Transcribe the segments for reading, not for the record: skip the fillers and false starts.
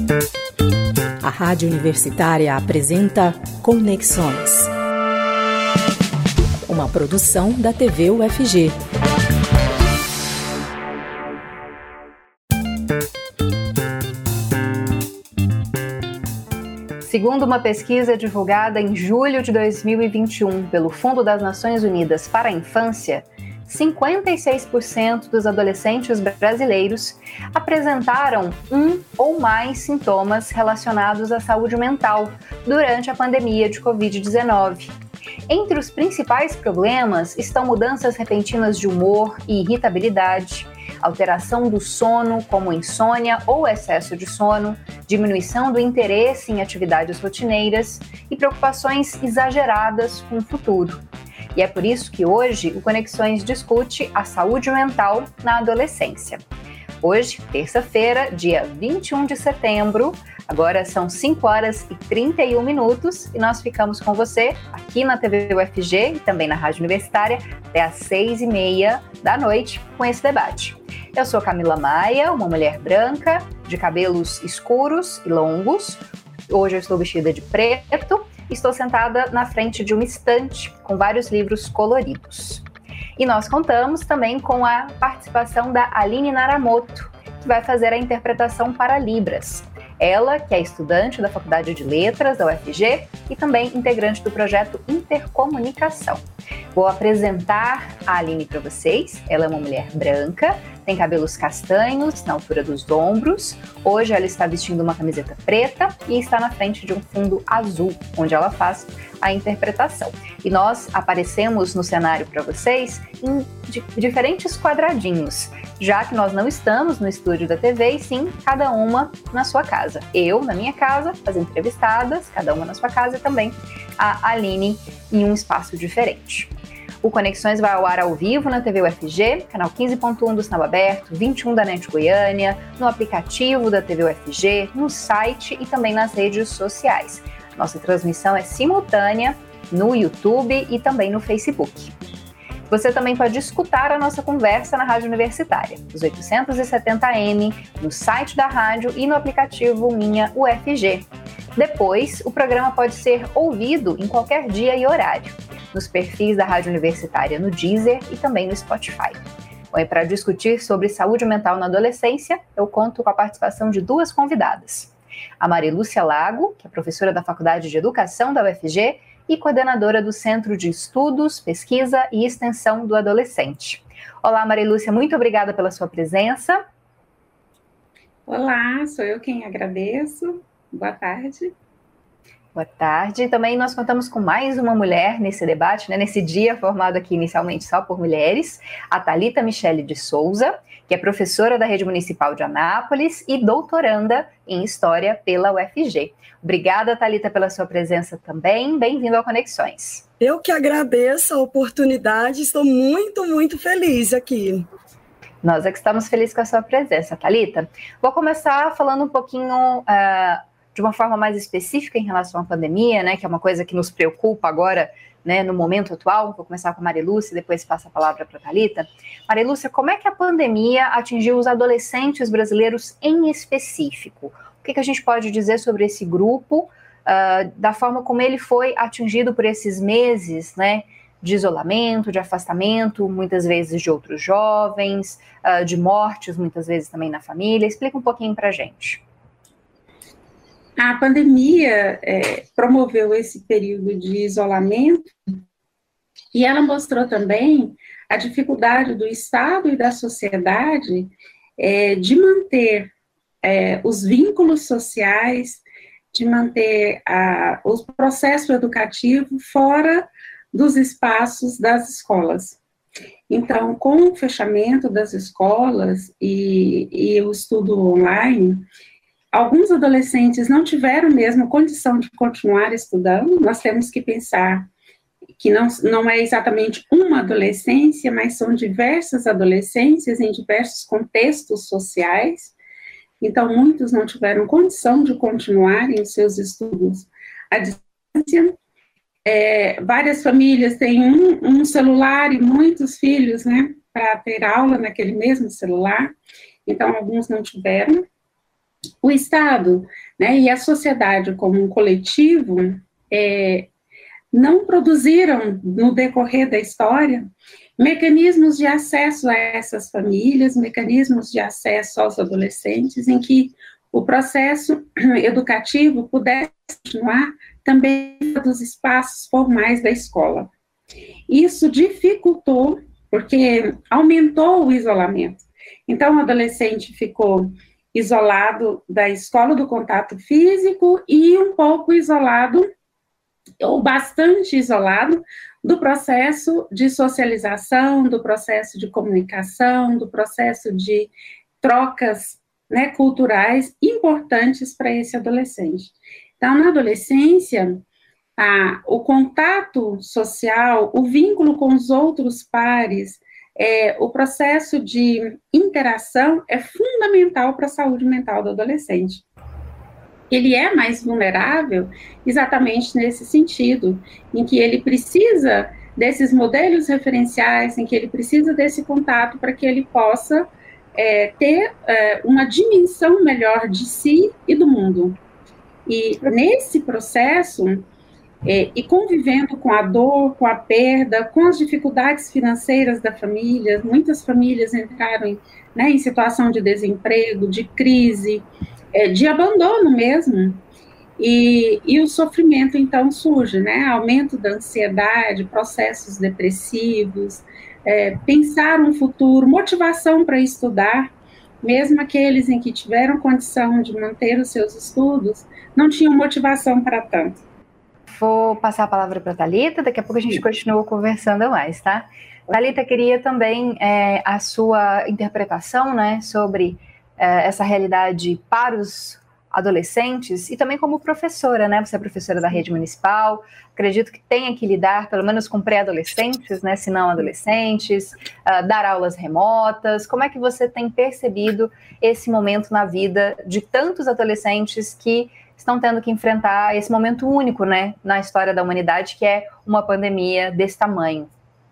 A Rádio Universitária apresenta Conexões, uma produção da TV UFG. Segundo uma pesquisa divulgada em julho de 2021 pelo Fundo das Nações Unidas para a Infância, 56% dos adolescentes brasileiros apresentaram um ou mais sintomas relacionados à saúde mental durante a pandemia de Covid-19. Entre os principais problemas estão mudanças repentinas de humor e irritabilidade, alteração do sono, como insônia ou excesso de sono, diminuição do interesse em atividades rotineiras e preocupações exageradas com o futuro. E é por isso que hoje o Conexões discute a saúde mental na adolescência. Hoje, terça-feira, dia 21 de setembro, agora são 5h31 e nós ficamos com você aqui na TV UFG e também na Rádio Universitária até às 6h30 da noite com esse debate. Eu sou Camila Maia, uma mulher branca, de cabelos escuros e longos. Hoje eu estou vestida de preto. Estou sentada na frente de uma estante com vários livros coloridos. E nós contamos também com a participação da Aline Naramoto, que vai fazer a interpretação para Libras. Ela, que é estudante da Faculdade de Letras da UFG e também integrante do projeto Intercomunicação. Vou apresentar a Aline para vocês. Ela é uma mulher branca, tem cabelos castanhos na altura dos ombros. Hoje ela está vestindo uma camiseta preta e está na frente de um fundo azul, onde ela faz a interpretação. E nós aparecemos no cenário para vocês em diferentes quadradinhos, já que nós não estamos no estúdio da TV, e sim cada uma na sua casa. Eu na minha casa, as entrevistadas, cada uma na sua casa, e também a Aline em um espaço diferente. O Conexões vai ao ar ao vivo na TV UFG, canal 15.1 do Sinal Aberto, 21 da NET Goiânia, no aplicativo da TV UFG, no site e também nas redes sociais. Nossa transmissão é simultânea no YouTube e também no Facebook. Você também pode escutar a nossa conversa na Rádio Universitária, os 870M, no site da rádio e no aplicativo Minha UFG. Depois, o programa pode ser ouvido em qualquer dia e horário, nos perfis da Rádio Universitária no Deezer e também no Spotify. Bom, e para discutir sobre saúde mental na adolescência, eu conto com a participação de duas convidadas. A Marilúcia Lago, que é professora da Faculdade de Educação da UFG e coordenadora do Centro de Estudos, Pesquisa e Extensão do Adolescente. Olá, Marilúcia, muito obrigada pela sua presença. Olá, sou eu quem agradeço. Boa tarde. Boa tarde. Também nós contamos com mais uma mulher nesse debate, nesse dia formado aqui inicialmente só por mulheres, a Thalita Michele de Souza, que é professora da Rede Municipal de Anápolis e doutoranda em História pela UFG. Obrigada, Thalita, pela sua presença também. Bem-vindo ao Conexões. Eu que agradeço a oportunidade, estou muito, muito feliz aqui. Nós é que estamos felizes com a sua presença, Thalita. Vou começar falando um pouquinho de uma forma mais específica em relação à pandemia, que é uma coisa que nos preocupa agora, no momento atual. Vou começar com a Marilúcia e depois passo a palavra para a Thalita. Marilúcia, como é que a pandemia atingiu os adolescentes brasileiros em específico? O que a gente pode dizer sobre esse grupo, da forma como ele foi atingido por esses meses, de isolamento, de afastamento, muitas vezes de outros jovens, de mortes, muitas vezes também na família? Explica um pouquinho para a gente. A pandemia promoveu esse período de isolamento e ela mostrou também a dificuldade do Estado e da sociedade de manter os vínculos sociais, de manter o processo educativo fora dos espaços das escolas. Então, com o fechamento das escolas e o estudo online, alguns adolescentes não tiveram mesmo condição de continuar estudando. Nós temos que pensar que não é exatamente uma adolescência, mas são diversas adolescências em diversos contextos sociais. Então, muitos não tiveram condição de continuarem os seus estudos à distância. Várias famílias têm um celular e muitos filhos, para ter aula naquele mesmo celular. Então, alguns não tiveram. o Estado, né, e a sociedade como um coletivo não produziram, no decorrer da história, mecanismos de acesso a essas famílias, mecanismos de acesso aos adolescentes, em que o processo educativo pudesse continuar também dos espaços formais da escola. Isso dificultou, porque aumentou o isolamento. Então, o adolescente ficou isolado da escola, do contato físico, e um pouco isolado, ou bastante isolado, do processo de socialização, do processo de comunicação, do processo de trocas, né, culturais importantes para esse adolescente. Então, na adolescência, o contato social, o vínculo com os outros pares, o processo de interação é fundamental para a saúde mental do adolescente. Ele é mais vulnerável exatamente nesse sentido, em que ele precisa desses modelos referenciais, em que ele precisa desse contato para que ele possa ter uma dimensão melhor de si e do mundo. E nesse processo, e convivendo com a dor, com a perda, com as dificuldades financeiras da família, muitas famílias entraram em situação de desemprego, de crise, de abandono mesmo, e o sofrimento então surge, né? Aumento da ansiedade, processos depressivos, pensar um futuro, motivação para estudar, mesmo aqueles em que tiveram condição de manter os seus estudos, não tinham motivação para tanto. Vou passar a palavra para a Thalita, daqui a pouco a gente continua conversando mais, tá? Thalita, queria também a sua interpretação, né, sobre essa realidade para os adolescentes e também como professora, né? Você é professora da rede municipal, acredito que tenha que lidar pelo menos com pré-adolescentes, né, se não adolescentes, dar aulas remotas. Como é que você tem percebido esse momento na vida de tantos adolescentes que estão tendo que enfrentar esse momento único, né, na história da humanidade, que é uma pandemia desse tamanho?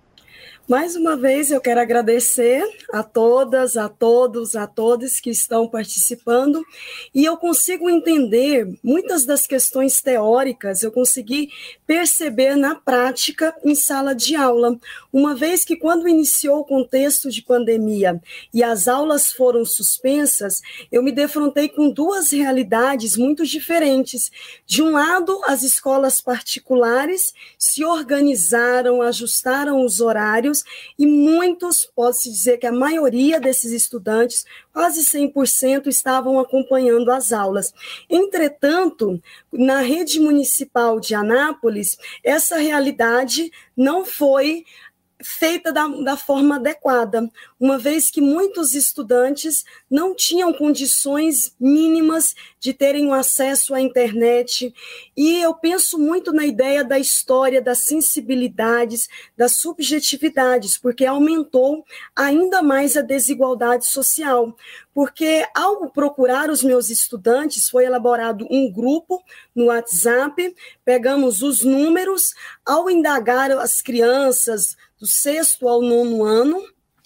Mais uma vez, eu quero agradecer a todas, a todos, a todos que estão participando, e eu consigo entender muitas das questões teóricas, eu consegui perceber na prática em sala de aula, uma vez que quando iniciou o contexto de pandemia e as aulas foram suspensas, eu me defrontei com duas realidades muito diferentes. De um lado, as escolas particulares se organizaram, ajustaram os horários, e muitos, pode-se dizer que a maioria desses estudantes, quase 100%, estavam acompanhando as aulas. Entretanto, na rede municipal de Anápolis, essa realidade não foi feita da forma adequada, uma vez que muitos estudantes não tinham condições mínimas de terem um acesso à internet, e eu penso muito na ideia da história, das sensibilidades, das subjetividades, porque aumentou ainda mais a desigualdade social, porque ao procurar os meus estudantes, foi elaborado um grupo no WhatsApp, pegamos os números, ao indagar as crianças do 6º ao 9º ano,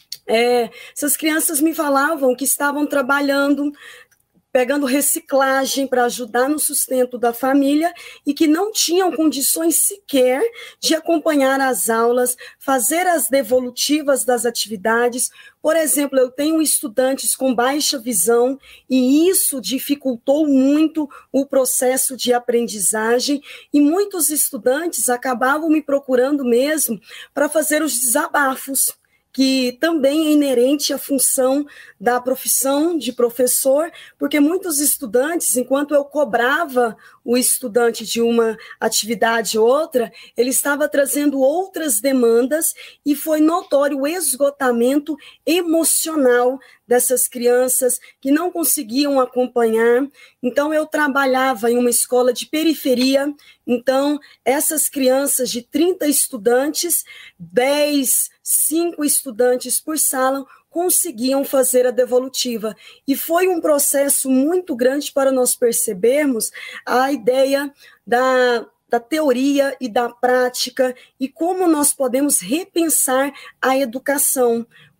essas crianças me falavam que estavam trabalhando, pegando reciclagem para ajudar no sustento da família e que não tinham condições sequer de acompanhar as aulas, fazer as devolutivas das atividades. Por exemplo, eu tenho estudantes com baixa visão e isso dificultou muito o processo de aprendizagem, e muitos estudantes acabavam me procurando mesmo para fazer os desabafos, que também é inerente à função da profissão de professor, porque muitos estudantes, enquanto eu cobrava o estudante de uma atividade ou outra, ele estava trazendo outras demandas, e foi notório o esgotamento emocional dessas crianças que não conseguiam acompanhar. Então, eu trabalhava em uma escola de periferia, então, essas crianças de 30 estudantes, 5 estudantes por sala, conseguiam fazer a devolutiva. E foi um processo muito grande para nós percebermos a ideia da teoria e da prática, e como nós podemos repensar a educação,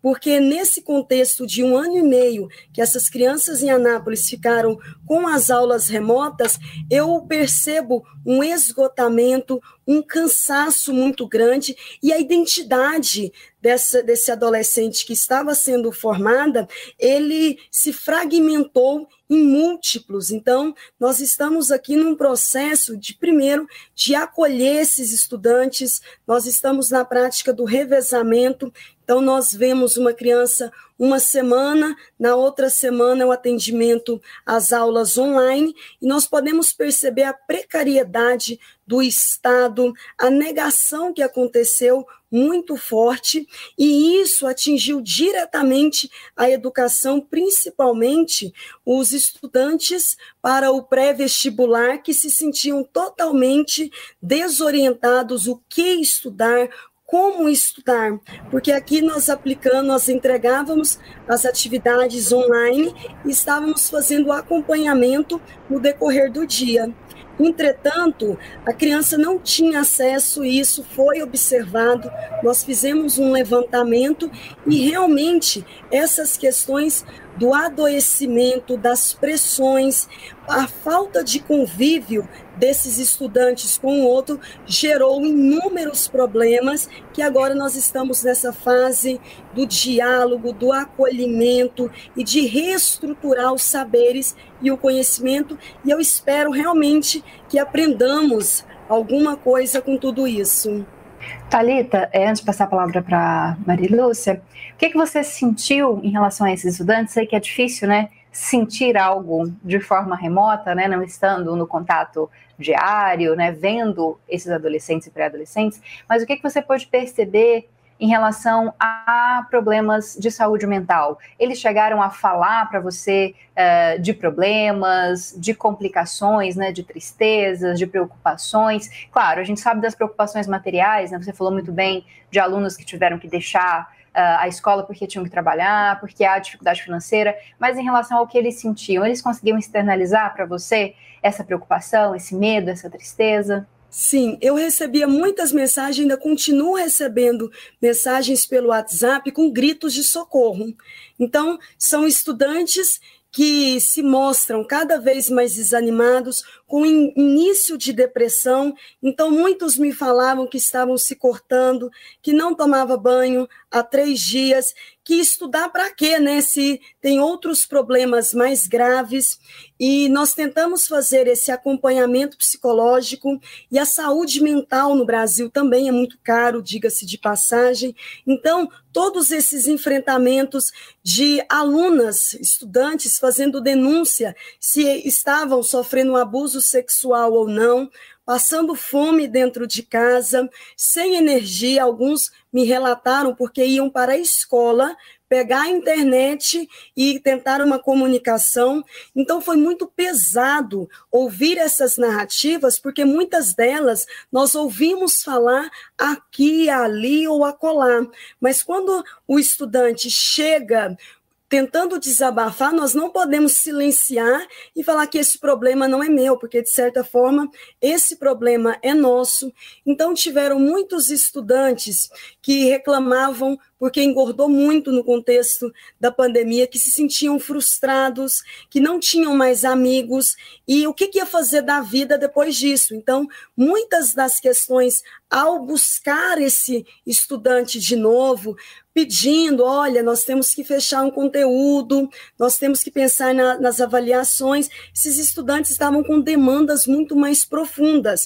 porque nesse contexto de 1 ano e meio que essas crianças em Anápolis ficaram com as aulas remotas, eu percebo um esgotamento, um cansaço muito grande, e a identidade desse adolescente que estava sendo formada, ele se fragmentou em múltiplos. Então, nós estamos aqui num processo de, primeiro, de acolher esses estudantes, nós estamos na prática do revezamento. Então, nós vemos uma criança uma semana, na outra semana é o atendimento às aulas online, e nós podemos perceber a precariedade do Estado, a negação que aconteceu muito forte, e isso atingiu diretamente a educação, principalmente os estudantes para o pré-vestibular, que se sentiam totalmente desorientados, o que estudar, como estudar, porque aqui nós entregávamos as atividades online e estávamos fazendo o acompanhamento no decorrer do dia. Entretanto, a criança não tinha acesso, e isso foi observado, nós fizemos um levantamento e realmente essas questões do adoecimento, das pressões, a falta de convívio desses estudantes com o outro gerou inúmeros problemas, que agora nós estamos nessa fase do diálogo, do acolhimento e de reestruturar os saberes e o conhecimento, e eu espero realmente que aprendamos alguma coisa com tudo isso. Thalita, antes de passar a palavra para Marilúcia, o que você sentiu em relação a esses estudantes? Sei que é difícil, né, sentir algo de forma remota, né, não estando no contato diário, né, vendo esses adolescentes e pré-adolescentes, mas o que você pôde perceber em relação a problemas de saúde mental? Eles chegaram a falar para você de problemas, de complicações, né, de tristezas, de preocupações? Claro, a gente sabe das preocupações materiais, né? Você falou muito bem de alunos que tiveram que deixar a escola porque tinham que trabalhar, porque há dificuldade financeira, mas em relação ao que eles sentiam, eles conseguiam externalizar para você essa preocupação, esse medo, essa tristeza? Sim, eu recebia muitas mensagens, ainda continuo recebendo mensagens pelo WhatsApp com gritos de socorro. Então, são estudantes que se mostram cada vez mais desanimados, com início de depressão. Então, muitos me falavam que estavam se cortando, que não tomava banho há 3 dias, que estudar para quê, né, se tem outros problemas mais graves. E nós tentamos fazer esse acompanhamento psicológico, e a saúde mental no Brasil também é muito caro, diga-se de passagem. Então, todos esses enfrentamentos de alunas, estudantes fazendo denúncia se estavam sofrendo um abuso sexual ou não, passando fome dentro de casa, sem energia. Alguns me relataram porque iam para a escola pegar a internet e tentar uma comunicação. Então, foi muito pesado ouvir essas narrativas, porque muitas delas nós ouvimos falar aqui, ali ou acolá. Mas quando o estudante chega tentando desabafar, nós não podemos silenciar e falar que esse problema não é meu, porque, de certa forma, esse problema é nosso. Então, tiveram muitos estudantes que reclamavam porque engordou muito no contexto da pandemia, que se sentiam frustrados, que não tinham mais amigos, e o que ia fazer da vida depois disso. Então, muitas das questões, ao buscar esse estudante de novo, pedindo, olha, nós temos que fechar um conteúdo, nós temos que pensar nas avaliações, esses estudantes estavam com demandas muito mais profundas,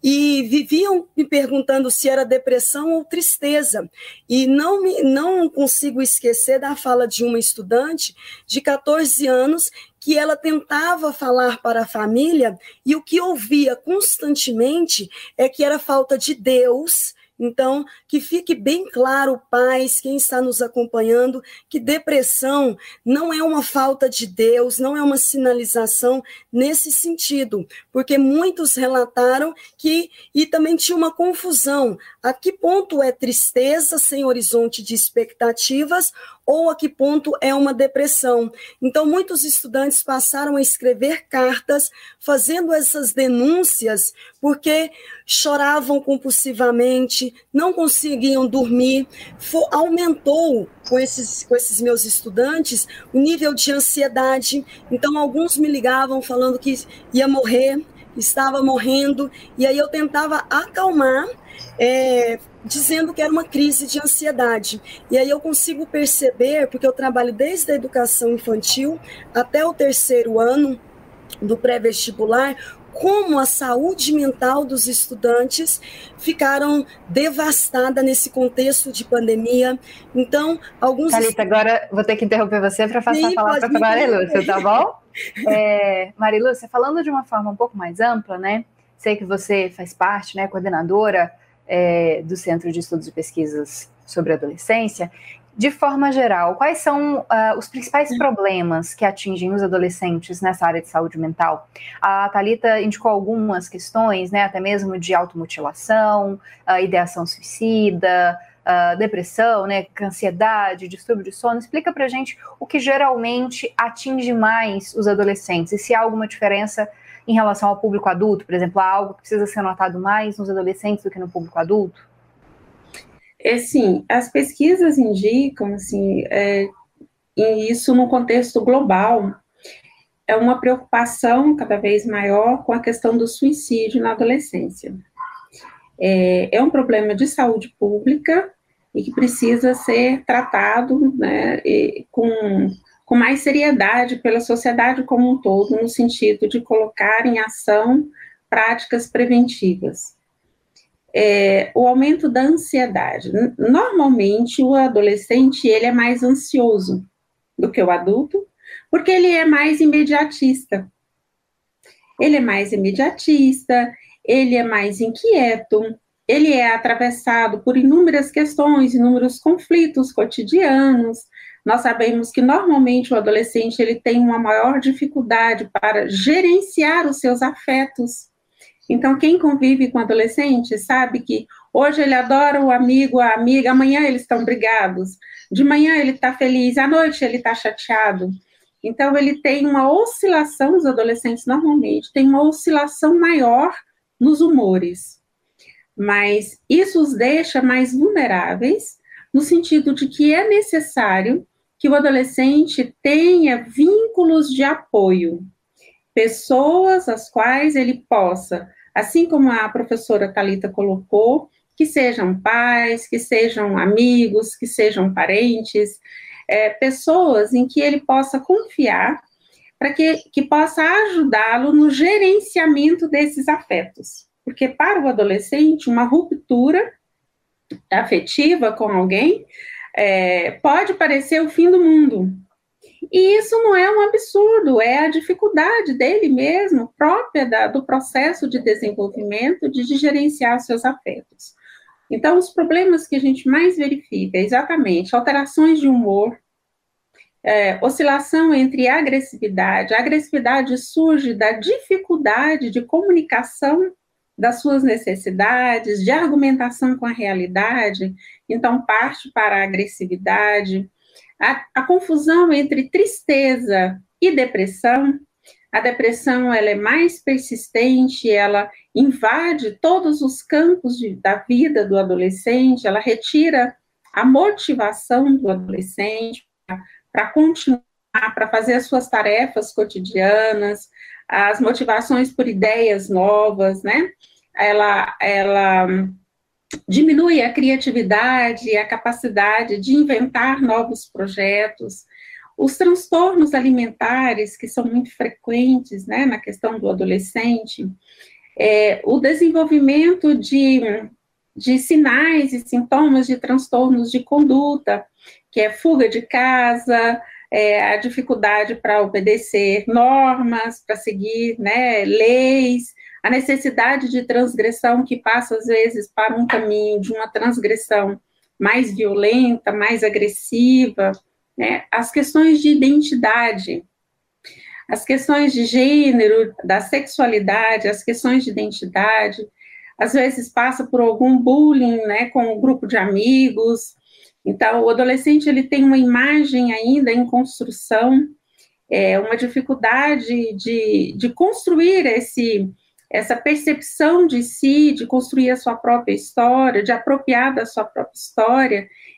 e viviam me perguntando se era depressão ou tristeza, e não consigo esquecer da fala de uma estudante de 14 anos, que ela tentava falar para a família, e o que ouvia constantemente é que era falta de Deus. Então, que fique bem claro, pais, quem está nos acompanhando, que depressão não é uma falta de Deus, não é uma sinalização nesse sentido, porque muitos relataram e também tinha uma confusão, a que ponto é tristeza sem horizonte de expectativas, ou a que ponto é uma depressão. Então, muitos estudantes passaram a escrever cartas fazendo essas denúncias, porque choravam compulsivamente, não conseguiam dormir, aumentou com esses meus estudantes o nível de ansiedade. Então, alguns me ligavam falando que ia morrer, estava morrendo, e aí eu tentava acalmar, dizendo que era uma crise de ansiedade. E aí eu consigo perceber, porque eu trabalho desde a educação infantil até o 3º ano do pré-vestibular, como a saúde mental dos estudantes ficaram devastadas nesse contexto de pandemia. Então, alguns... Thalita, agora vou ter que interromper você para passar a palavra para a Marilúcia, tá bom? Marilúcia, falando de uma forma um pouco mais ampla, né? Sei que você faz parte, né, coordenadora do Centro de Estudos e Pesquisas sobre Adolescência. De forma geral, quais são os principais problemas que atingem os adolescentes nessa área de saúde mental? A Thalita indicou algumas questões, né, até mesmo de automutilação, ideação suicida, depressão, né, ansiedade, distúrbio de sono. Explica pra gente o que geralmente atinge mais os adolescentes e se há alguma diferença em relação ao público adulto, por exemplo, há algo que precisa ser notado mais nos adolescentes do que no público adulto? Sim, as pesquisas indicam, assim, e isso no contexto global, é uma preocupação cada vez maior com a questão do suicídio na adolescência. É um problema de saúde pública e que precisa ser tratado, né, com mais seriedade pela sociedade como um todo, no sentido de colocar em ação práticas preventivas. O aumento da ansiedade. Normalmente, o adolescente ele é mais ansioso do que o adulto, porque ele é mais imediatista. Ele é mais imediatista, ele é mais inquieto, ele é atravessado por inúmeras questões, inúmeros conflitos cotidianos. Nós sabemos que, normalmente, o adolescente ele tem uma maior dificuldade para gerenciar os seus afetos. Então, quem convive com adolescente sabe que hoje ele adora o amigo, a amiga, amanhã eles estão brigados, de manhã ele está feliz, à noite ele está chateado. Então, ele tem uma oscilação, os adolescentes normalmente têm uma oscilação maior nos humores. Mas isso os deixa mais vulneráveis, no sentido de que é necessário que o adolescente tenha vínculos de apoio, pessoas às quais ele possa, assim como a professora Thalita colocou, que sejam pais, que sejam amigos, que sejam parentes, pessoas em que ele possa confiar para que possa ajudá-lo no gerenciamento desses afetos. Porque para o adolescente, uma ruptura afetiva com alguém pode parecer o fim do mundo. E isso não é um absurdo, é a dificuldade dele mesmo, própria do processo de desenvolvimento, de gerenciar seus afetos. Então, os problemas que a gente mais verifica é exatamente alterações de humor, oscilação entre agressividade. A agressividade surge da dificuldade de comunicação das suas necessidades, de argumentação com a realidade, então parte para a agressividade. A confusão entre tristeza e depressão. A depressão ela é mais persistente, ela invade todos os campos da vida do adolescente, ela retira a motivação do adolescente para continuar, para fazer as suas tarefas cotidianas, as motivações por ideias novas, né? Ela diminui a criatividade, a capacidade de inventar novos projetos. Os transtornos alimentares, que são muito frequentes, né, na questão do adolescente, o desenvolvimento de sinais e sintomas de transtornos de conduta, que é fuga de casa, a dificuldade para obedecer normas, para seguir, né, leis, a necessidade de transgressão que passa, às vezes, para um caminho de uma transgressão mais violenta, mais agressiva, né? As questões de identidade, as questões de gênero, da sexualidade, as questões de identidade, às vezes passa por algum bullying, né, com um grupo de amigos. Então, o adolescente ele tem uma imagem ainda em construção, uma dificuldade de construir essa percepção de si, de construir a sua própria história, de apropriar da sua própria história.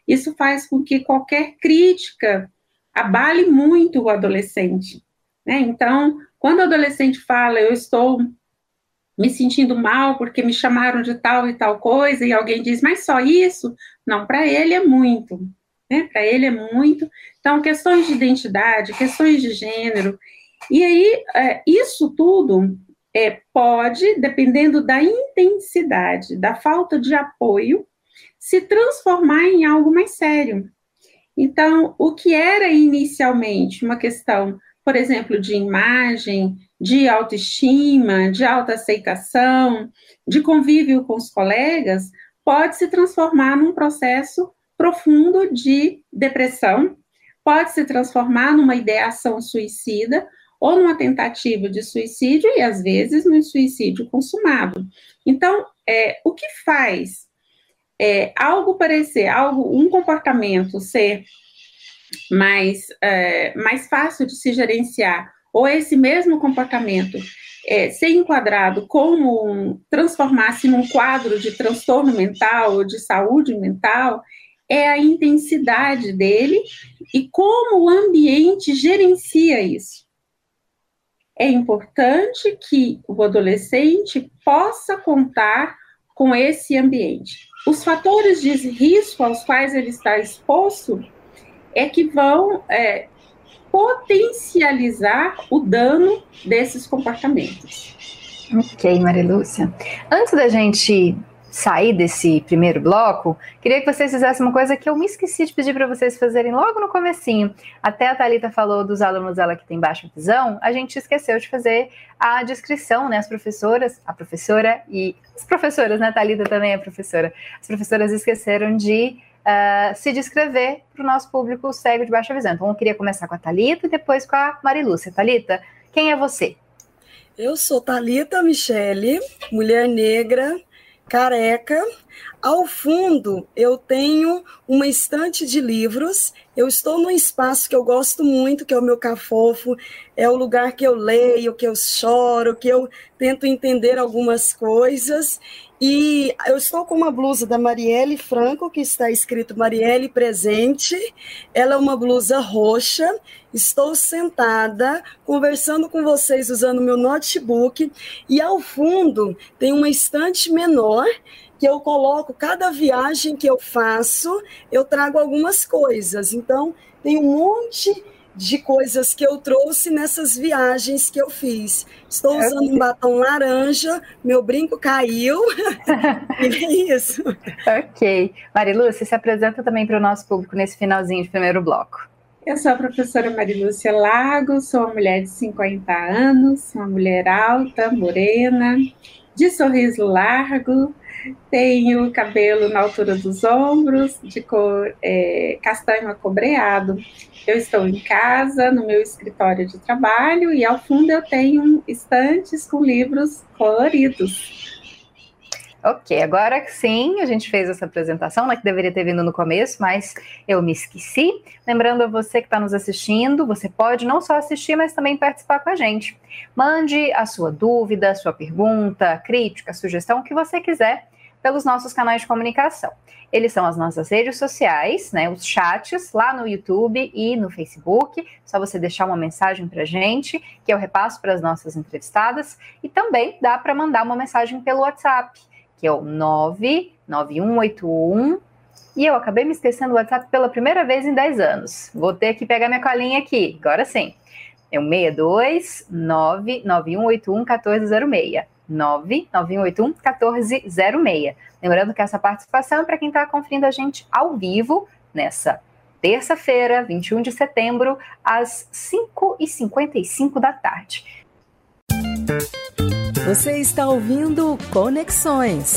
isso faz com que qualquer crítica abale muito o adolescente, né? Então, quando o adolescente fala, eu estou me sentindo mal porque me chamaram de tal e tal coisa, e alguém diz, mas só isso? Não, para ele é muito, né? Para ele é muito. Então, questões de identidade, questões de gênero, e aí, isso tudo pode, dependendo da intensidade, da falta de apoio, se transformar em algo mais sério. Então, o que era inicialmente uma questão, por exemplo, de imagem, de autoestima, de autoaceitação, de convívio com os colegas, pode se transformar num processo profundo de depressão, pode se transformar numa ideação suicida ou numa tentativa de suicídio e, às vezes, num suicídio consumado. Então, o que faz algo parecer, um comportamento ser mais fácil de se gerenciar, ou esse mesmo comportamento ser enquadrado como transformar-se num quadro de transtorno mental ou de saúde mental, é a intensidade dele e como o ambiente gerencia isso. É importante que o adolescente possa contar com esse ambiente. Os fatores de risco aos quais ele está exposto é que vão potencializar o dano desses comportamentos. Ok, Maria Lúcia. Antes da gente sair desse primeiro bloco, queria que vocês fizessem uma coisa que eu me esqueci de pedir para vocês fazerem logo no comecinho. Até a Thalita falou dos alunos dela que tem baixa visão, a gente esqueceu de fazer a descrição, né? A professora e as professoras, né? A Thalita também é professora. As professoras esqueceram de se descrever para o nosso público cego de baixa visão. Então, eu queria começar com a Thalita e depois com a Maria Lúcia. Thalita, quem é você? Eu sou Thalita Michele, mulher negra, careca. Ao fundo, eu tenho uma estante de livros. Eu estou num espaço que eu gosto muito, que é o meu cafofo. É o lugar que eu leio, que eu choro, que eu tento entender algumas coisas. E eu estou com uma blusa da Marielle Franco, que está escrito Marielle Presente. Ela é uma blusa roxa. Estou sentada, conversando com vocês, usando meu notebook. E ao fundo tem uma estante menor, que eu coloco, cada viagem que eu faço, eu trago algumas coisas. Então, tem um monte de coisas que eu trouxe nessas viagens que eu fiz. Estou usando um batom laranja, meu brinco caiu, e é isso. Ok. Maria Lúcia, se apresenta também para o nosso público nesse finalzinho de primeiro bloco. Eu sou a professora Maria Lúcia Lago, sou uma mulher de 50 anos, uma mulher alta, morena, de sorriso largo, tenho cabelo na altura dos ombros, de cor castanho acobreado. Eu estou em casa, no meu escritório de trabalho, e ao fundo eu tenho estantes com livros coloridos. Ok, agora sim, a gente fez essa apresentação, né, que deveria ter vindo no começo, mas eu me esqueci. Lembrando a você que está nos assistindo, você pode não só assistir, mas também participar com a gente. Mande a sua dúvida, a sua pergunta, crítica, sugestão, o que você quiser, pelos nossos canais de comunicação. Eles são as nossas redes sociais, né, os chats lá no YouTube e no Facebook. Só você deixar uma mensagem para a gente, que eu repasso para as nossas entrevistadas. E também dá para mandar uma mensagem pelo WhatsApp, que é o 99181. E eu acabei me esquecendo do WhatsApp pela primeira vez em 10 anos. Vou ter que pegar minha colinha aqui, agora sim. É o 62 99181 1406. 99181 1406. Lembrando que essa participação é para quem está conferindo a gente ao vivo nessa terça-feira, 21 de setembro, às 5h55 da tarde. Você está ouvindo Conexões.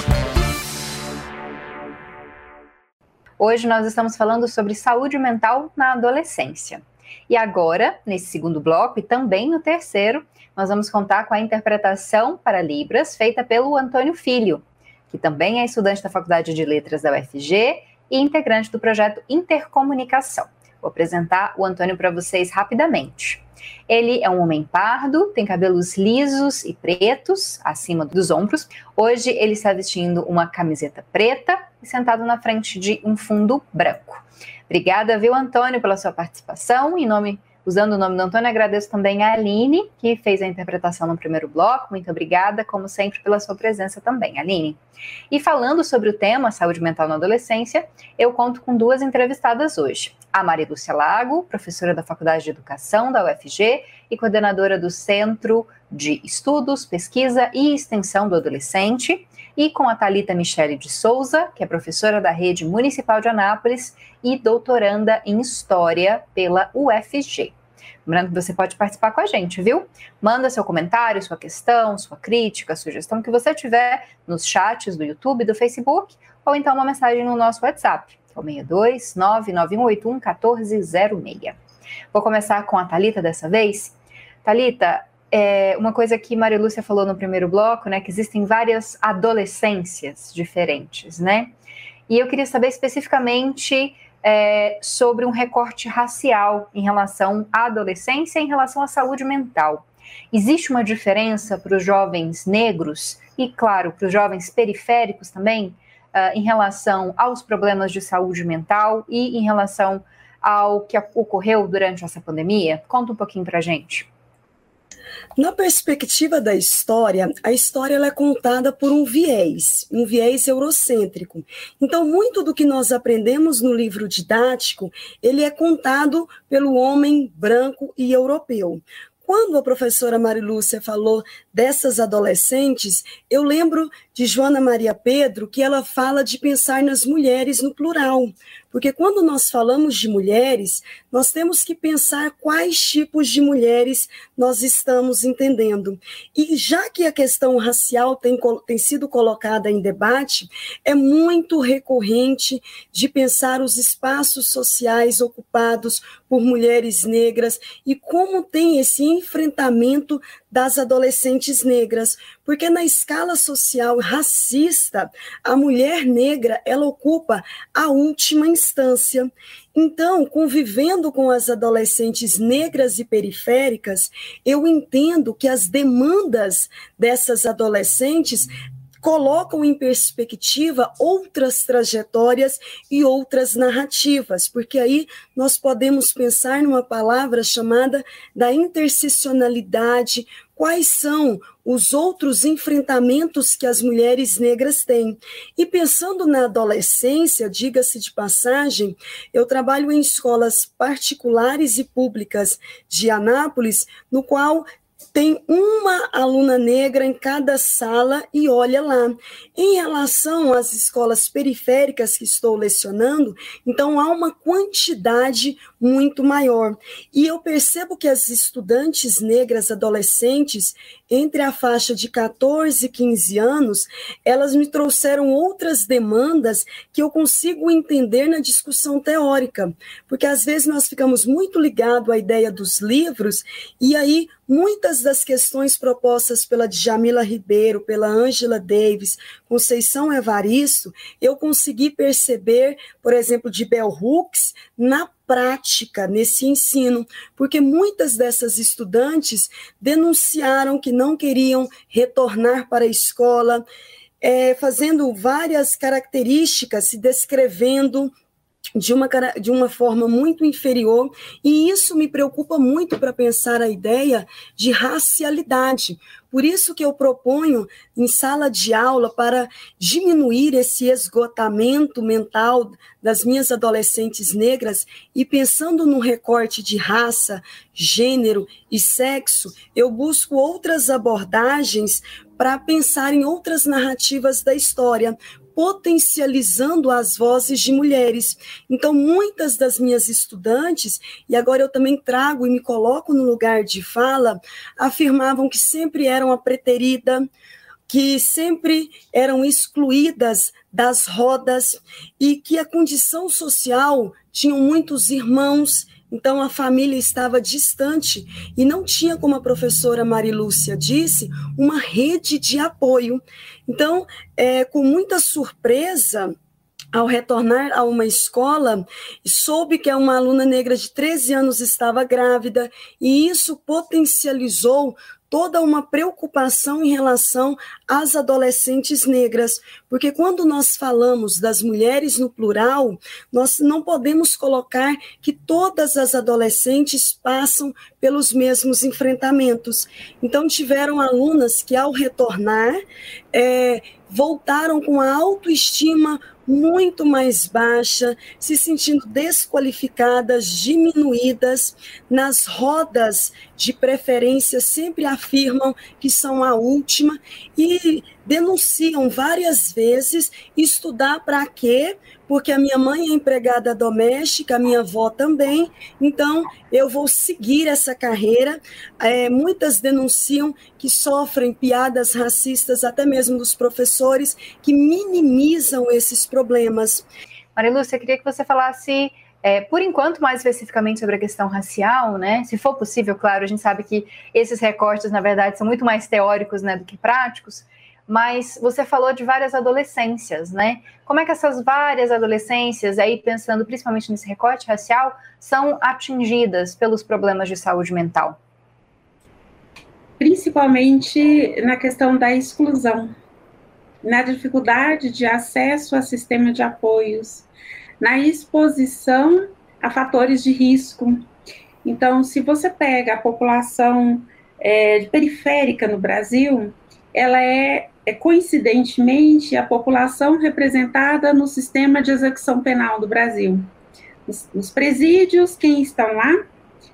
Hoje nós estamos falando sobre saúde mental na adolescência. E agora, nesse segundo bloco e também no terceiro, nós vamos contar com a interpretação para Libras feita pelo Antônio Filho, que também é estudante da Faculdade de Letras da UFG e integrante do projeto Intercomunicação. Vou apresentar o Antônio para vocês rapidamente. Ele é um homem pardo, tem cabelos lisos e pretos acima dos ombros. Hoje ele está vestindo uma camiseta preta e sentado na frente de um fundo branco. Obrigada, viu, Antônio, pela sua participação. Usando o nome do Antônio, agradeço também a Aline, que fez a interpretação no primeiro bloco. Muito obrigada, como sempre, pela sua presença também, Aline. E falando sobre o tema saúde mental na adolescência, eu conto com 2 entrevistadas hoje. A Maria Lúcia Lago, professora da Faculdade de Educação da UFG e coordenadora do Centro de Estudos, Pesquisa e Extensão do Adolescente, e com a Thalita Michele de Souza, que é professora da Rede Municipal de Anápolis e doutoranda em História pela UFG. Lembrando que você pode participar com a gente, viu? Manda seu comentário, sua questão, sua crítica, sugestão que você tiver nos chats do YouTube e do Facebook, ou então uma mensagem no nosso WhatsApp, que é o 62 99181 1406. Vou começar com a Thalita dessa vez. Thalita, uma coisa que Maria Lúcia falou no primeiro bloco, né, que existem várias adolescências diferentes, né? E eu queria saber especificamente sobre um recorte racial em relação à adolescência e em relação à saúde mental. Existe uma diferença para os jovens negros e, claro, para os jovens periféricos também, em relação aos problemas de saúde mental e em relação ao que ocorreu durante essa pandemia? Conta um pouquinho para a gente. Na perspectiva da história, a história ela é contada por um viés eurocêntrico. Então, muito do que nós aprendemos no livro didático, ele é contado pelo homem branco e europeu. Quando a professora Maria Lúcia falou dessas adolescentes, eu lembro de Joana Maria Pedro, que ela fala de pensar nas mulheres no plural. Porque quando nós falamos de mulheres, nós temos que pensar quais tipos de mulheres nós estamos entendendo. E já que a questão racial tem sido colocada em debate, é muito recorrente de pensar os espaços sociais ocupados por mulheres negras e como tem esse enfrentamento das adolescentes negras, porque na escala social racista, a mulher negra, ela ocupa a última instância. Então, convivendo com as adolescentes negras e periféricas, eu entendo que as demandas dessas adolescentes colocam em perspectiva outras trajetórias e outras narrativas, porque aí nós podemos pensar numa palavra chamada da interseccionalidade. Quais são os outros enfrentamentos que as mulheres negras têm? E pensando na adolescência, diga-se de passagem, eu trabalho em escolas particulares e públicas de Anápolis, no qual tem uma aluna negra em cada sala e olha lá. Em relação às escolas periféricas que estou lecionando, então há uma quantidade muito maior. E eu percebo que as estudantes negras adolescentes, entre a faixa de 14 e 15 anos, elas me trouxeram outras demandas que eu consigo entender na discussão teórica. Porque às vezes nós ficamos muito ligados à ideia dos livros e aí muitas das questões propostas pela Djamila Ribeiro, pela Angela Davis, Conceição Evaristo, eu consegui perceber, por exemplo, de Bell Hooks, na prática, nesse ensino, porque muitas dessas estudantes denunciaram que não queriam retornar para a escola, fazendo várias características, se descrevendo de uma forma muito inferior, e isso me preocupa muito para pensar a ideia de racialidade. Por isso que eu proponho em sala de aula para diminuir esse esgotamento mental das minhas adolescentes negras e pensando no recorte de raça, gênero e sexo, eu busco outras abordagens para pensar em outras narrativas da história, potencializando as vozes de mulheres. Então, muitas das minhas estudantes, e agora eu também trago e me coloco no lugar de fala, afirmavam que sempre eram a preterida, que sempre eram excluídas das rodas e que a condição social tinham muitos irmãos. Então, a família estava distante e não tinha, como a professora Maria Lúcia disse, uma rede de apoio. Então, com muita surpresa, ao retornar a uma escola, soube que uma aluna negra de 13 anos estava grávida, e isso potencializou toda uma preocupação em relação às adolescentes negras, porque quando nós falamos das mulheres no plural, nós não podemos colocar que todas as adolescentes passam pelos mesmos enfrentamentos. Então, tiveram alunas que, ao retornar, voltaram com a autoestima muito mais baixa, se sentindo desqualificadas, diminuídas. Nas rodas de preferência sempre afirmam que são a última e denunciam várias vezes. Estudar para quê? Porque a minha mãe é empregada doméstica, a minha avó também, então eu vou seguir essa carreira. Muitas denunciam que sofrem piadas racistas, até mesmo dos professores, que minimizam esses problemas. Maria Lúcia, eu queria que você falasse, por enquanto, mais especificamente sobre a questão racial, né? Se for possível, claro, a gente sabe que esses recortes, na verdade, são muito mais teóricos, né, do que práticos, mas você falou de várias adolescências, né? Como é que essas várias adolescências, aí pensando principalmente nesse recorte racial, são atingidas pelos problemas de saúde mental? Principalmente na questão da exclusão, na dificuldade de acesso a sistema de apoios, na exposição a fatores de risco. Então, se você pega a população periférica no Brasil, ela é coincidentemente a população representada no sistema de execução penal do Brasil. Nos presídios, quem está lá,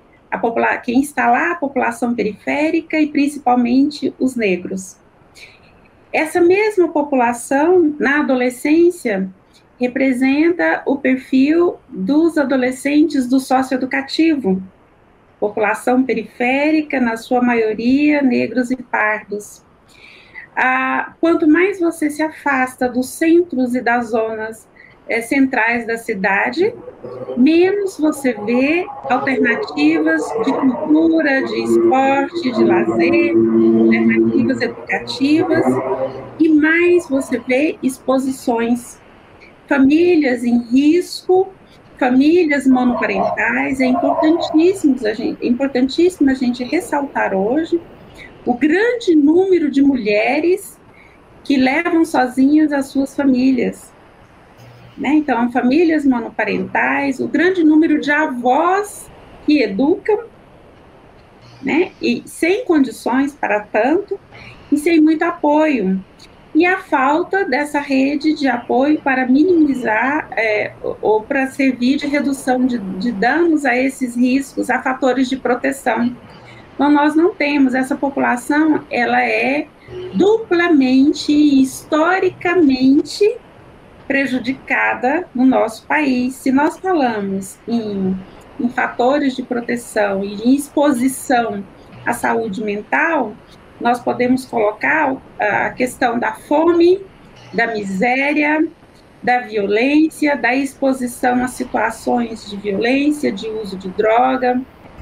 a população periférica e principalmente os negros. Essa mesma população, na adolescência, representa o perfil dos adolescentes do socioeducativo, população periférica, na sua maioria, negros e pardos. Quanto mais você se afasta dos centros e das zonas centrais da cidade, menos você vê alternativas de cultura, de esporte, de lazer, alternativas educativas, e mais você vê exposições. Famílias em risco, famílias monoparentais. É importantíssimo a gente ressaltar hoje o grande número de mulheres que levam sozinhas as suas famílias, né? Então, famílias monoparentais, o grande número de avós que educam, né? E sem condições para tanto, e sem muito apoio. E a falta dessa rede de apoio para minimizar ou para servir de redução de danos a esses riscos, a fatores de proteção. Então, nós não temos, essa população, ela é duplamente e historicamente prejudicada no nosso país. Se nós falamos em fatores de proteção e em exposição à saúde mental, nós podemos colocar a questão da fome, da miséria, da violência, da exposição a situações de violência, de uso de droga,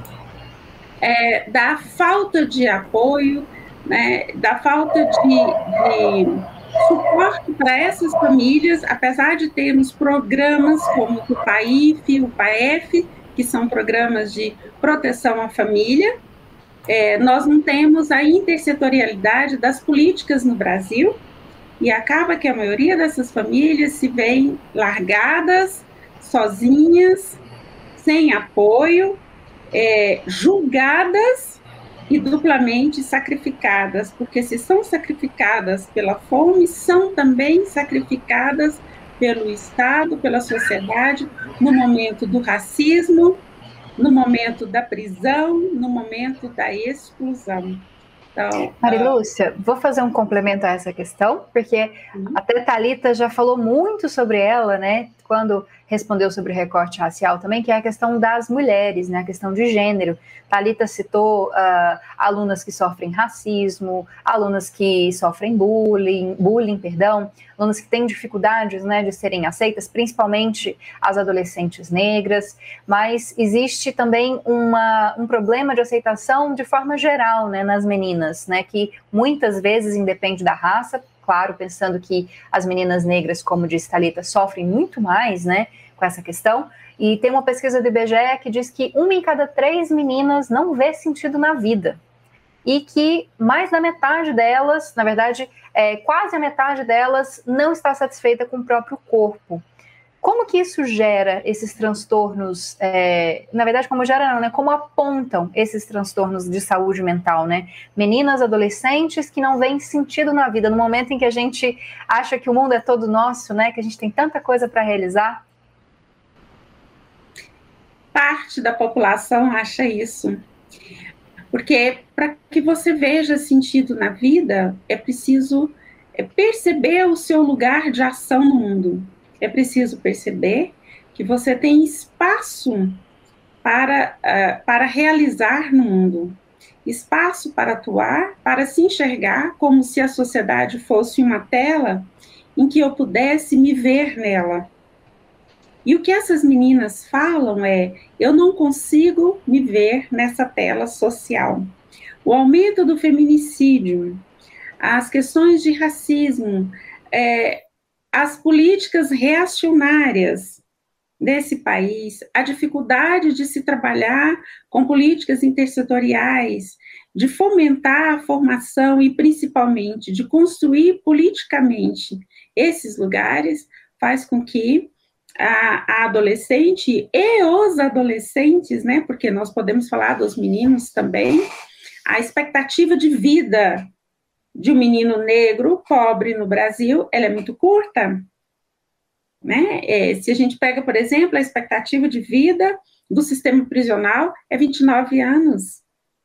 da falta de apoio, né, da falta de suporte para essas famílias, apesar de termos programas como o PAIF, o PAEF, que são programas de proteção à família, nós não temos a intersetorialidade das políticas no Brasil, e acaba que a maioria dessas famílias se veem largadas, sozinhas, sem apoio, julgadas e duplamente sacrificadas, porque se são sacrificadas pela fome, são também sacrificadas pelo Estado, pela sociedade, no momento do racismo, no momento da prisão, no momento da exclusão. Então, Maria Lúcia, vou fazer um complemento a essa questão, porque até Thalita já falou muito sobre ela, né, quando respondeu sobre o recorte racial também, que é a questão das mulheres, né, a questão de gênero. Thalita citou alunas que sofrem racismo, alunas que sofrem bullying, alunas que têm dificuldades, né, de serem aceitas, principalmente as adolescentes negras, mas existe também um problema de aceitação de forma geral, né, nas meninas, né, que muitas vezes independe da raça, claro, pensando que as meninas negras, como disse Thalita, sofrem muito mais, né, com essa questão. E tem uma pesquisa do IBGE que diz que 1 em cada 3 meninas não vê sentido na vida. E que mais da metade delas, na verdade, quase a metade delas, não está satisfeita com o próprio corpo. Como que isso gera esses transtornos? Na verdade, como gera não, né? Como apontam esses transtornos de saúde mental, né? Meninas, adolescentes que não veem sentido na vida, no momento em que a gente acha que o mundo é todo nosso, né? Que a gente tem tanta coisa para realizar. Parte da população acha isso. Porque para que você veja sentido na vida, é preciso perceber o seu lugar de ação no mundo. É preciso perceber que você tem espaço para realizar no mundo, espaço para atuar, para se enxergar como se a sociedade fosse uma tela em que eu pudesse me ver nela. E o que essas meninas falam eu não consigo me ver nessa tela social. O aumento do feminicídio, as questões de racismo, as políticas reacionárias desse país, a dificuldade de se trabalhar com políticas intersetoriais, de fomentar a formação e, principalmente, de construir politicamente esses lugares, faz com que a adolescente e os adolescentes, né, porque nós podemos falar dos meninos também, a expectativa de vida de um menino negro, pobre no Brasil, ela é muito curta, né? Se a gente pega, por exemplo, a expectativa de vida do sistema prisional é 29 anos.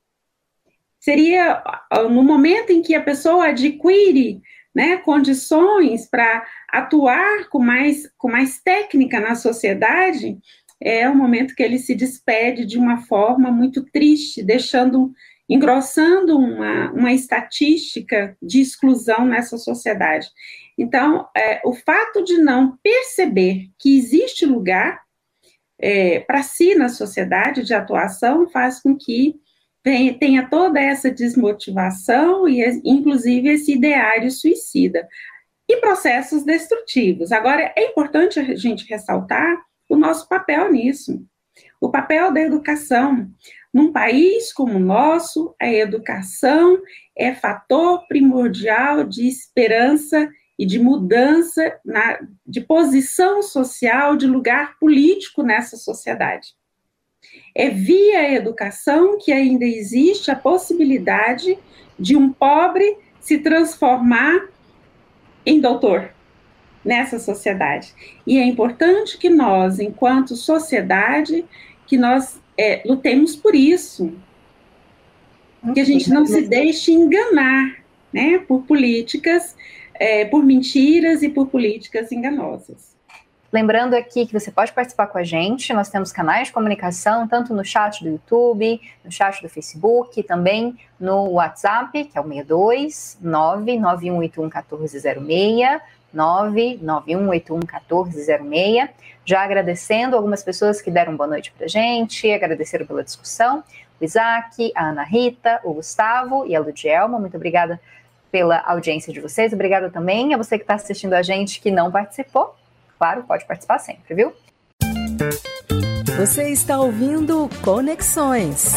Seria no momento em que a pessoa adquire, né, condições para atuar com mais técnica na sociedade, é o momento que ele se despede de uma forma muito triste, engrossando uma estatística de exclusão nessa sociedade. Então, o fato de não perceber que existe lugar para si na sociedade de atuação faz com que tenha toda essa desmotivação e, inclusive, esse ideário suicida. E processos destrutivos. Agora, é importante a gente ressaltar o nosso papel nisso. O papel da educação. Num país como o nosso, a educação é fator primordial de esperança e de mudança de posição social, de lugar político nessa sociedade. É via a educação que ainda existe a possibilidade de um pobre se transformar em doutor nessa sociedade. E é importante que nós, enquanto sociedade, que nós lutemos por isso, que a gente não se deixe enganar, né, por políticas, por mentiras e por políticas enganosas. Lembrando aqui que você pode participar com a gente, nós temos canais de comunicação, tanto no chat do YouTube, no chat do Facebook, também no WhatsApp, que é o 62 991811406, 991811406. Já agradecendo algumas pessoas que deram boa noite pra gente, agradeceram pela discussão, o Isaac, a Ana Rita, o Gustavo e a Ludielma, muito obrigada pela audiência de vocês, obrigada também a você que está assistindo a gente que não participou. Claro, pode participar sempre, viu? Você está ouvindo Conexões.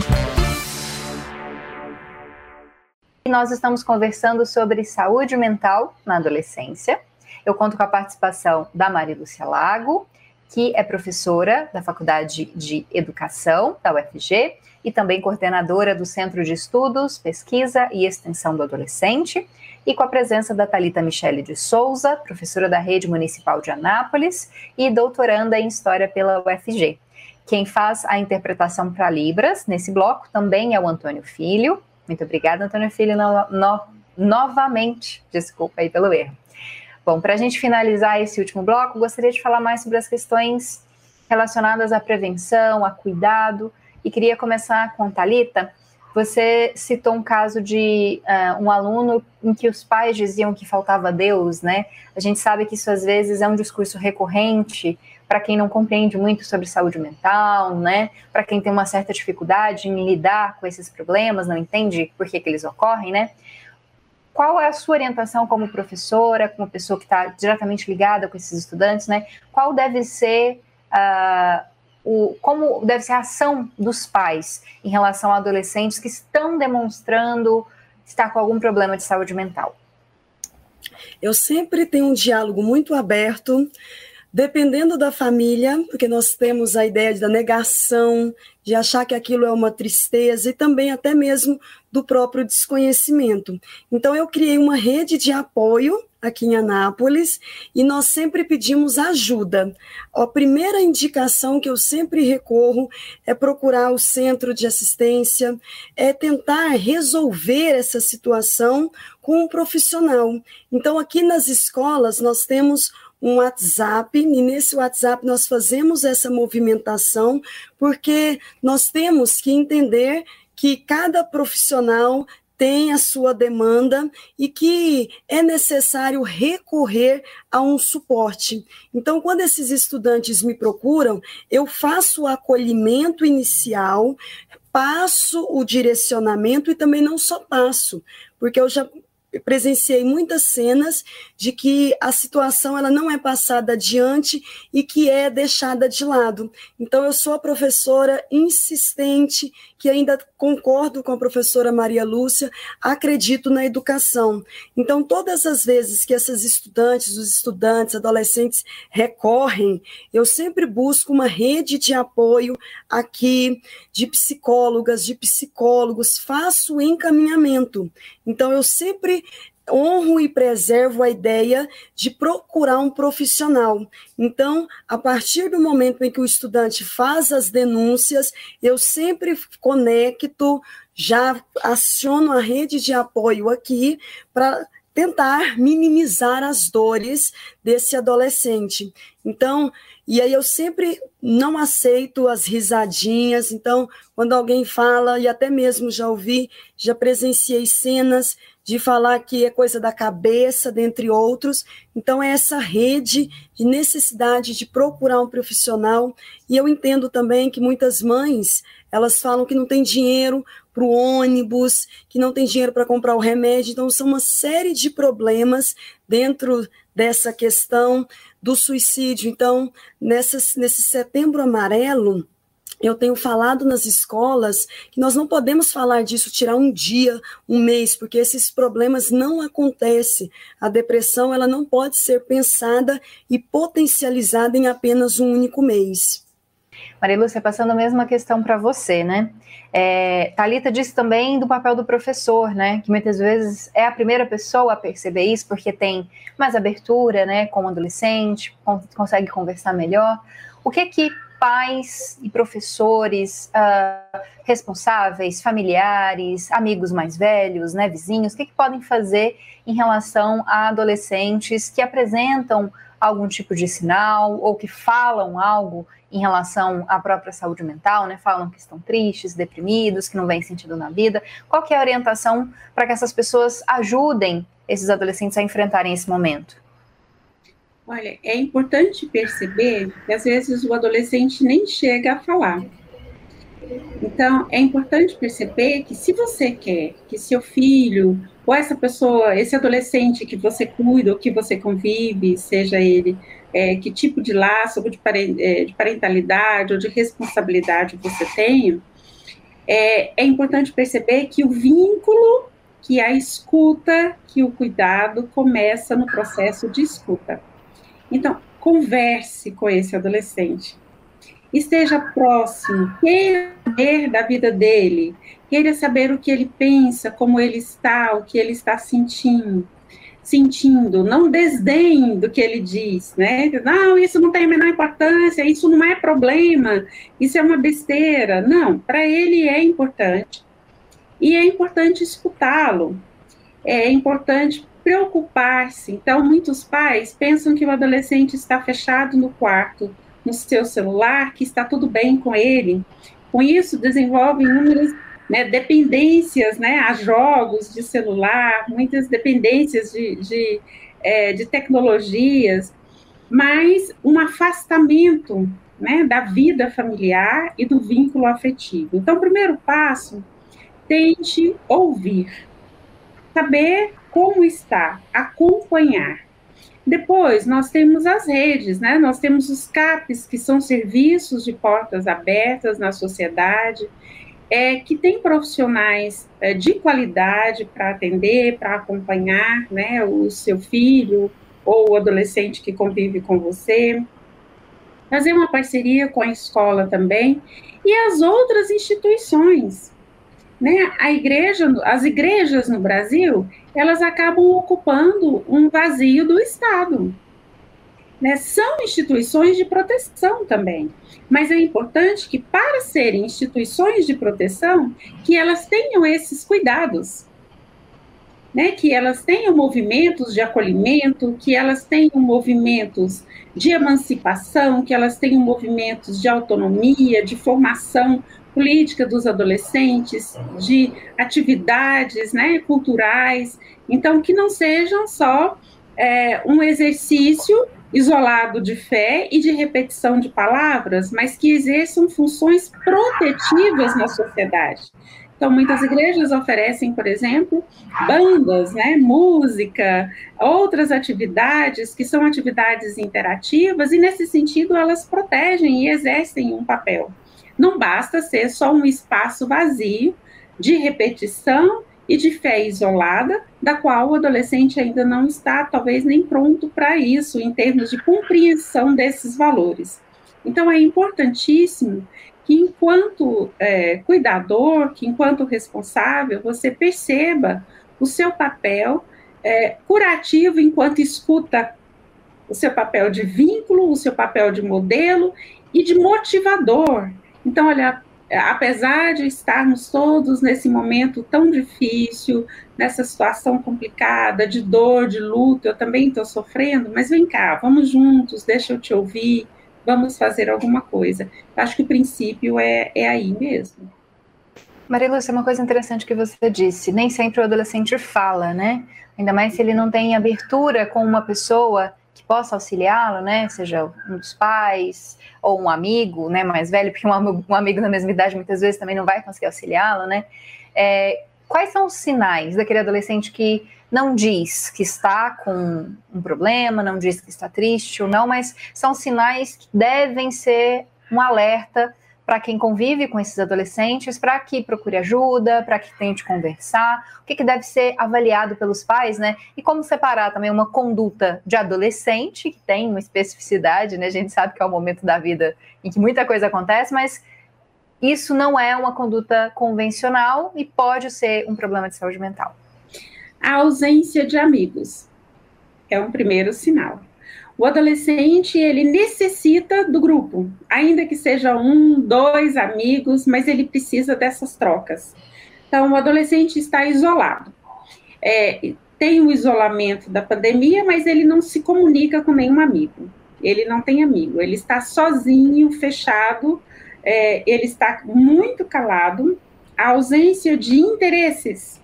E nós estamos conversando sobre saúde mental na adolescência. Eu conto com a participação da Maria Lúcia Lago, que é professora da Faculdade de Educação da UFG e também coordenadora do Centro de Estudos, Pesquisa e Extensão do Adolescente, e com a presença da Thalita Michele de Souza, professora da Rede Municipal de Anápolis e doutoranda em História pela UFG. Quem faz a interpretação para Libras nesse bloco também é o Antônio Filho. Muito obrigada, Antônio Filho, novamente. Desculpa aí pelo erro. Bom, para a gente finalizar esse último bloco, gostaria de falar mais sobre as questões relacionadas à prevenção, a cuidado, e queria começar com a Thalita. Você citou um caso de um aluno em que os pais diziam que faltava Deus, né? A gente sabe que isso às vezes é um discurso recorrente para quem não compreende muito sobre saúde mental, né? Para quem tem uma certa dificuldade em lidar com esses problemas, não entende por que eles ocorrem, né? qual é a sua orientação como professora, como pessoa que está diretamente ligada com esses estudantes, né? Qual deve ser como deve ser a ação dos pais em relação a adolescentes que estão demonstrando estar com algum problema de saúde mental? Eu sempre tenho um diálogo muito aberto, dependendo da família, porque nós temos a ideia da negação, de achar que aquilo é uma tristeza e também até mesmo do próprio desconhecimento. Então, eu criei uma rede de apoio aqui em Anápolis e nós sempre pedimos ajuda. A primeira indicação que eu sempre recorro é procurar o centro de assistência, é tentar resolver essa situação com um profissional. Então, aqui nas escolas, nós temos um WhatsApp, e nesse WhatsApp nós fazemos essa movimentação, porque nós temos que entender que cada profissional tem a sua demanda e que é necessário recorrer a um suporte. Então, quando esses estudantes me procuram, eu faço o acolhimento inicial, passo o direcionamento e também não só passo, porque eu já presenciei muitas cenas de que a situação ela não é passada adiante e que é deixada de lado. Então, eu sou a professora insistente, que ainda concordo com a professora Maria Lúcia, acredito na educação. Então, todas as vezes que essas estudantes, os estudantes, adolescentes recorrem, eu sempre busco uma rede de apoio aqui, de psicólogas, de psicólogos, faço o encaminhamento. Então, eu sempre honro e preservo a ideia de procurar um profissional. Então, a partir do momento em que o estudante faz as denúncias, eu sempre conecto, já aciono a rede de apoio aqui para tentar minimizar as dores desse adolescente. Então, e aí eu sempre não aceito as risadinhas, então, quando alguém fala, e até mesmo já ouvi, já presenciei cenas de falar que é coisa da cabeça, dentre outros. Então, é essa rede de necessidade de procurar um profissional. E eu entendo também que muitas mães, elas falam que não tem dinheiro para o ônibus, que não tem dinheiro para comprar o remédio. Então, são uma série de problemas dentro dessa questão do suicídio. Então, nesse Setembro Amarelo, eu tenho falado nas escolas que nós não podemos falar disso, tirar um dia, um mês, porque esses problemas não acontecem. A depressão ela não pode ser pensada e potencializada em apenas um único mês. Maria Lúcia, passando a mesma questão para você, né? Thalita disse também do papel do professor, né? Que muitas vezes é a primeira pessoa a perceber isso, porque tem mais abertura, né? Com o adolescente, consegue conversar melhor. O que pais e professores responsáveis, familiares, amigos mais velhos, né, vizinhos, o que podem fazer em relação a adolescentes que apresentam algum tipo de sinal ou que falam algo em relação à própria saúde mental, né? Falam que estão tristes, deprimidos, que não veem sentido na vida. Qual que é a orientação para que essas pessoas ajudem esses adolescentes a enfrentarem esse momento? Olha, é importante perceber que às vezes o adolescente nem chega a falar. Então, é importante perceber que se você quer que seu filho ou essa pessoa, esse adolescente que você cuida ou que você convive, seja ele que tipo de laço, ou de parentalidade ou de responsabilidade você tenha, é importante perceber que o vínculo, que a escuta, que o cuidado começa no processo de escuta. Então, converse com esse adolescente, esteja próximo, queira saber da vida dele, queira saber o que ele pensa, como ele está, o que ele está sentindo, não desdenhe do que ele diz, né? Não, isso não tem a menor importância, isso não é problema, isso é uma besteira. Não, para ele é importante, e é importante escutá-lo, é importante preocupar-se. Então, muitos pais pensam que o adolescente está fechado no quarto, no seu celular, que está tudo bem com ele. Com isso, desenvolvem inúmeras dependências, a jogos de celular, muitas dependências de tecnologias, mas um afastamento da vida familiar e do vínculo afetivo. Então, o primeiro passo, tente ouvir. Saber como está, acompanhar. Depois, nós temos as redes, né? Nós temos os CAPs, que são serviços de portas abertas na sociedade, que tem profissionais de qualidade para atender, para acompanhar, né, o seu filho ou o adolescente que convive com você. Fazer uma parceria com a escola também e as outras instituições. Né? As igrejas no Brasil, elas acabam ocupando um vazio do Estado. Né? São instituições de proteção também, mas é importante que, para serem instituições de proteção, que elas tenham esses cuidados, né? Que elas tenham movimentos de acolhimento, que elas tenham movimentos de emancipação, que elas tenham movimentos de autonomia, de formação política dos adolescentes, de atividades, né, culturais, então que não sejam só um exercício isolado de fé e de repetição de palavras, mas que exerçam funções protetivas na sociedade. Então, muitas igrejas oferecem, por exemplo, bandas, né, música, outras atividades que são atividades interativas e, nesse sentido, elas protegem e exercem um papel. Não basta ser só um espaço vazio de repetição e de fé isolada, da qual o adolescente ainda não está, talvez, nem pronto para isso, em termos de compreensão desses valores. Então, é importantíssimo que, enquanto cuidador, que enquanto responsável, você perceba o seu papel curativo enquanto escuta, o seu papel de vínculo, o seu papel de modelo e de motivador. Então, olha, apesar de estarmos todos nesse momento tão difícil, nessa situação complicada, de dor, de luto, eu também estou sofrendo, mas vem cá, vamos juntos, deixa eu te ouvir, vamos fazer alguma coisa. Acho que o princípio é aí mesmo. Maria Lúcia, uma coisa interessante que você disse, nem sempre o adolescente fala, né? Ainda mais se ele não tem abertura com uma pessoa que possa auxiliá-lo, né? Seja um dos pais ou um amigo, né, mais velho, porque um amigo da mesma idade muitas vezes também não vai conseguir auxiliá-lo, né? Quais são os sinais daquele adolescente que não diz que está com um problema, não diz que está triste ou não, mas são sinais que devem ser um alerta para quem convive com esses adolescentes, para que procure ajuda, para que tente conversar, o que deve ser avaliado pelos pais, né? E como separar também uma conduta de adolescente, que tem uma especificidade, né? A gente sabe que é o momento da vida em que muita coisa acontece, mas isso não é uma conduta convencional e pode ser um problema de saúde mental. A ausência de amigos é um primeiro sinal. O adolescente, ele necessita do grupo, ainda que seja 1, 2 amigos, mas ele precisa dessas trocas. Então, o adolescente está isolado. Tem o isolamento da pandemia, mas ele não se comunica com nenhum amigo. Ele não tem amigo, ele está sozinho, fechado, ele está muito calado, a ausência de interesses.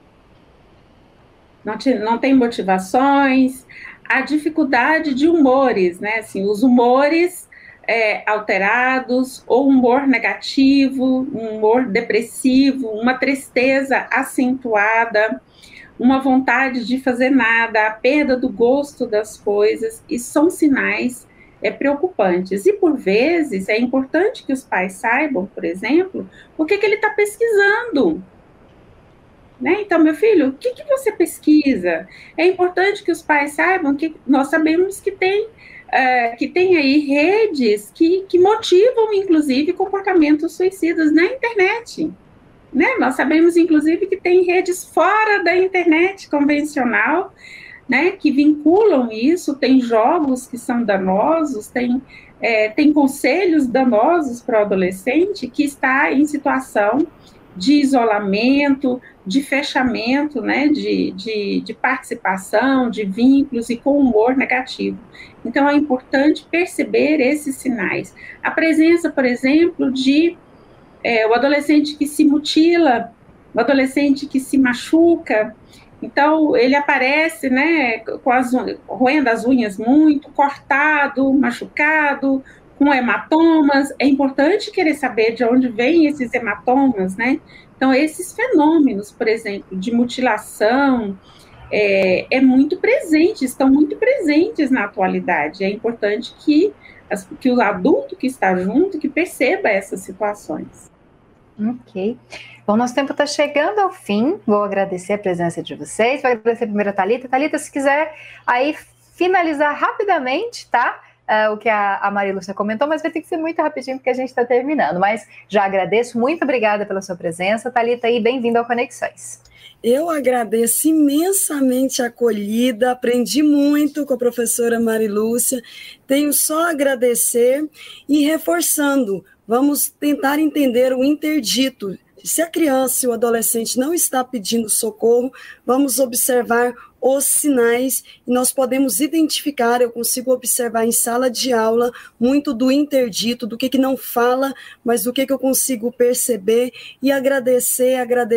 Não tem motivações, a dificuldade de humores, né? Assim, os humores alterados, ou humor negativo, um humor depressivo, uma tristeza acentuada, uma vontade de fazer nada, a perda do gosto das coisas, e são sinais preocupantes. E, por vezes, é importante que os pais saibam, por exemplo, o que ele está pesquisando. Né? Então, meu filho, o que você pesquisa? É importante que os pais saibam que nós sabemos que tem aí redes que motivam, inclusive, comportamentos suicidas na internet. Né? Nós sabemos, inclusive, que tem redes fora da internet convencional, né, que vinculam isso, tem jogos que são danosos, tem conselhos danosos para o adolescente que está em situação de isolamento, de fechamento, né, de participação, de vínculos e com humor negativo. Então, é importante perceber esses sinais. A presença, por exemplo, de o adolescente que se mutila, o adolescente que se machuca. Então, ele aparece, né, roendo as unhas muito, cortado, machucado, com hematomas. É importante querer saber de onde vêm esses hematomas, né? Então, esses fenômenos, por exemplo, de mutilação, é muito presente, estão muito presentes na atualidade. É importante que o adulto que está junto, que perceba essas situações. Ok. Bom, nosso tempo está chegando ao fim. Vou agradecer a presença de vocês. Vou agradecer primeiro a Thalita. Thalita, se quiser aí finalizar rapidamente, tá? O que a Maria Lúcia comentou, mas vai ter que ser muito rapidinho porque a gente está terminando. Mas já agradeço. Muito obrigada pela sua presença. Thalita, aí, bem-vinda ao Conexões. Eu agradeço imensamente a acolhida, aprendi muito com a professora Maria Lúcia, tenho só a agradecer e reforçando, vamos tentar entender o interdito. Se a criança e o adolescente não está pedindo socorro, vamos observar os sinais e nós podemos identificar, eu consigo observar em sala de aula muito do interdito, do que não fala, mas do que eu consigo perceber e agradecer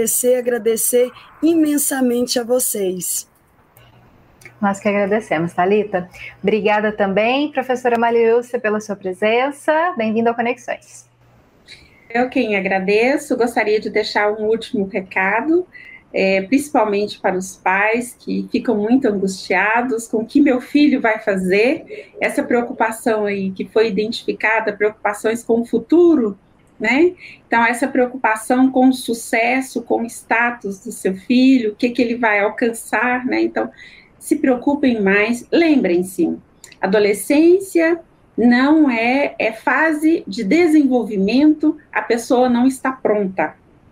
imensamente a vocês. Nós que agradecemos, Thalita. Obrigada também, professora Maria Lúcia, pela sua presença. Bem-vinda ao Conexões. Eu quem agradeço, gostaria de deixar um último recado, principalmente para os pais que ficam muito angustiados com o que meu filho vai fazer, essa preocupação aí que foi identificada, preocupações com o futuro, né? Então, essa preocupação com o sucesso, com o status do seu filho, o que ele vai alcançar, né? Então, se preocupem mais, lembrem-se, adolescência não é fase de desenvolvimento, a pessoa não está pronta.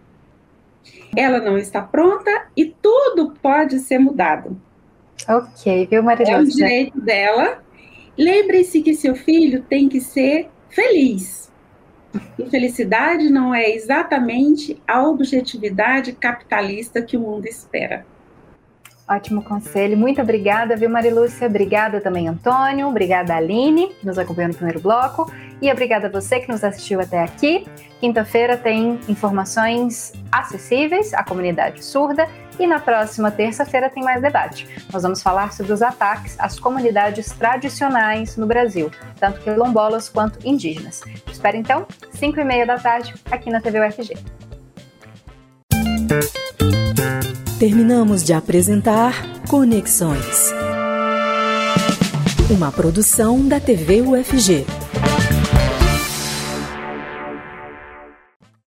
Ela não está pronta e tudo pode ser mudado. Ok, viu, Maria Lúcia? É o direito dela. Lembre-se que seu filho tem que ser feliz. E felicidade não é exatamente a objetividade capitalista que o mundo espera. Ótimo conselho, muito obrigada, viu, Maria Lúcia? Obrigada também, Antônio, obrigada, Aline, que nos acompanhou no primeiro bloco, e obrigada a você que nos assistiu até aqui. Quinta-feira tem informações acessíveis à comunidade surda, e na próxima terça-feira tem mais debate. Nós vamos falar sobre os ataques às comunidades tradicionais no Brasil, tanto quilombolas quanto indígenas. Espero então, 5h30 da tarde, aqui na TV UFG. Terminamos de apresentar Conexões, uma produção da TV UFG.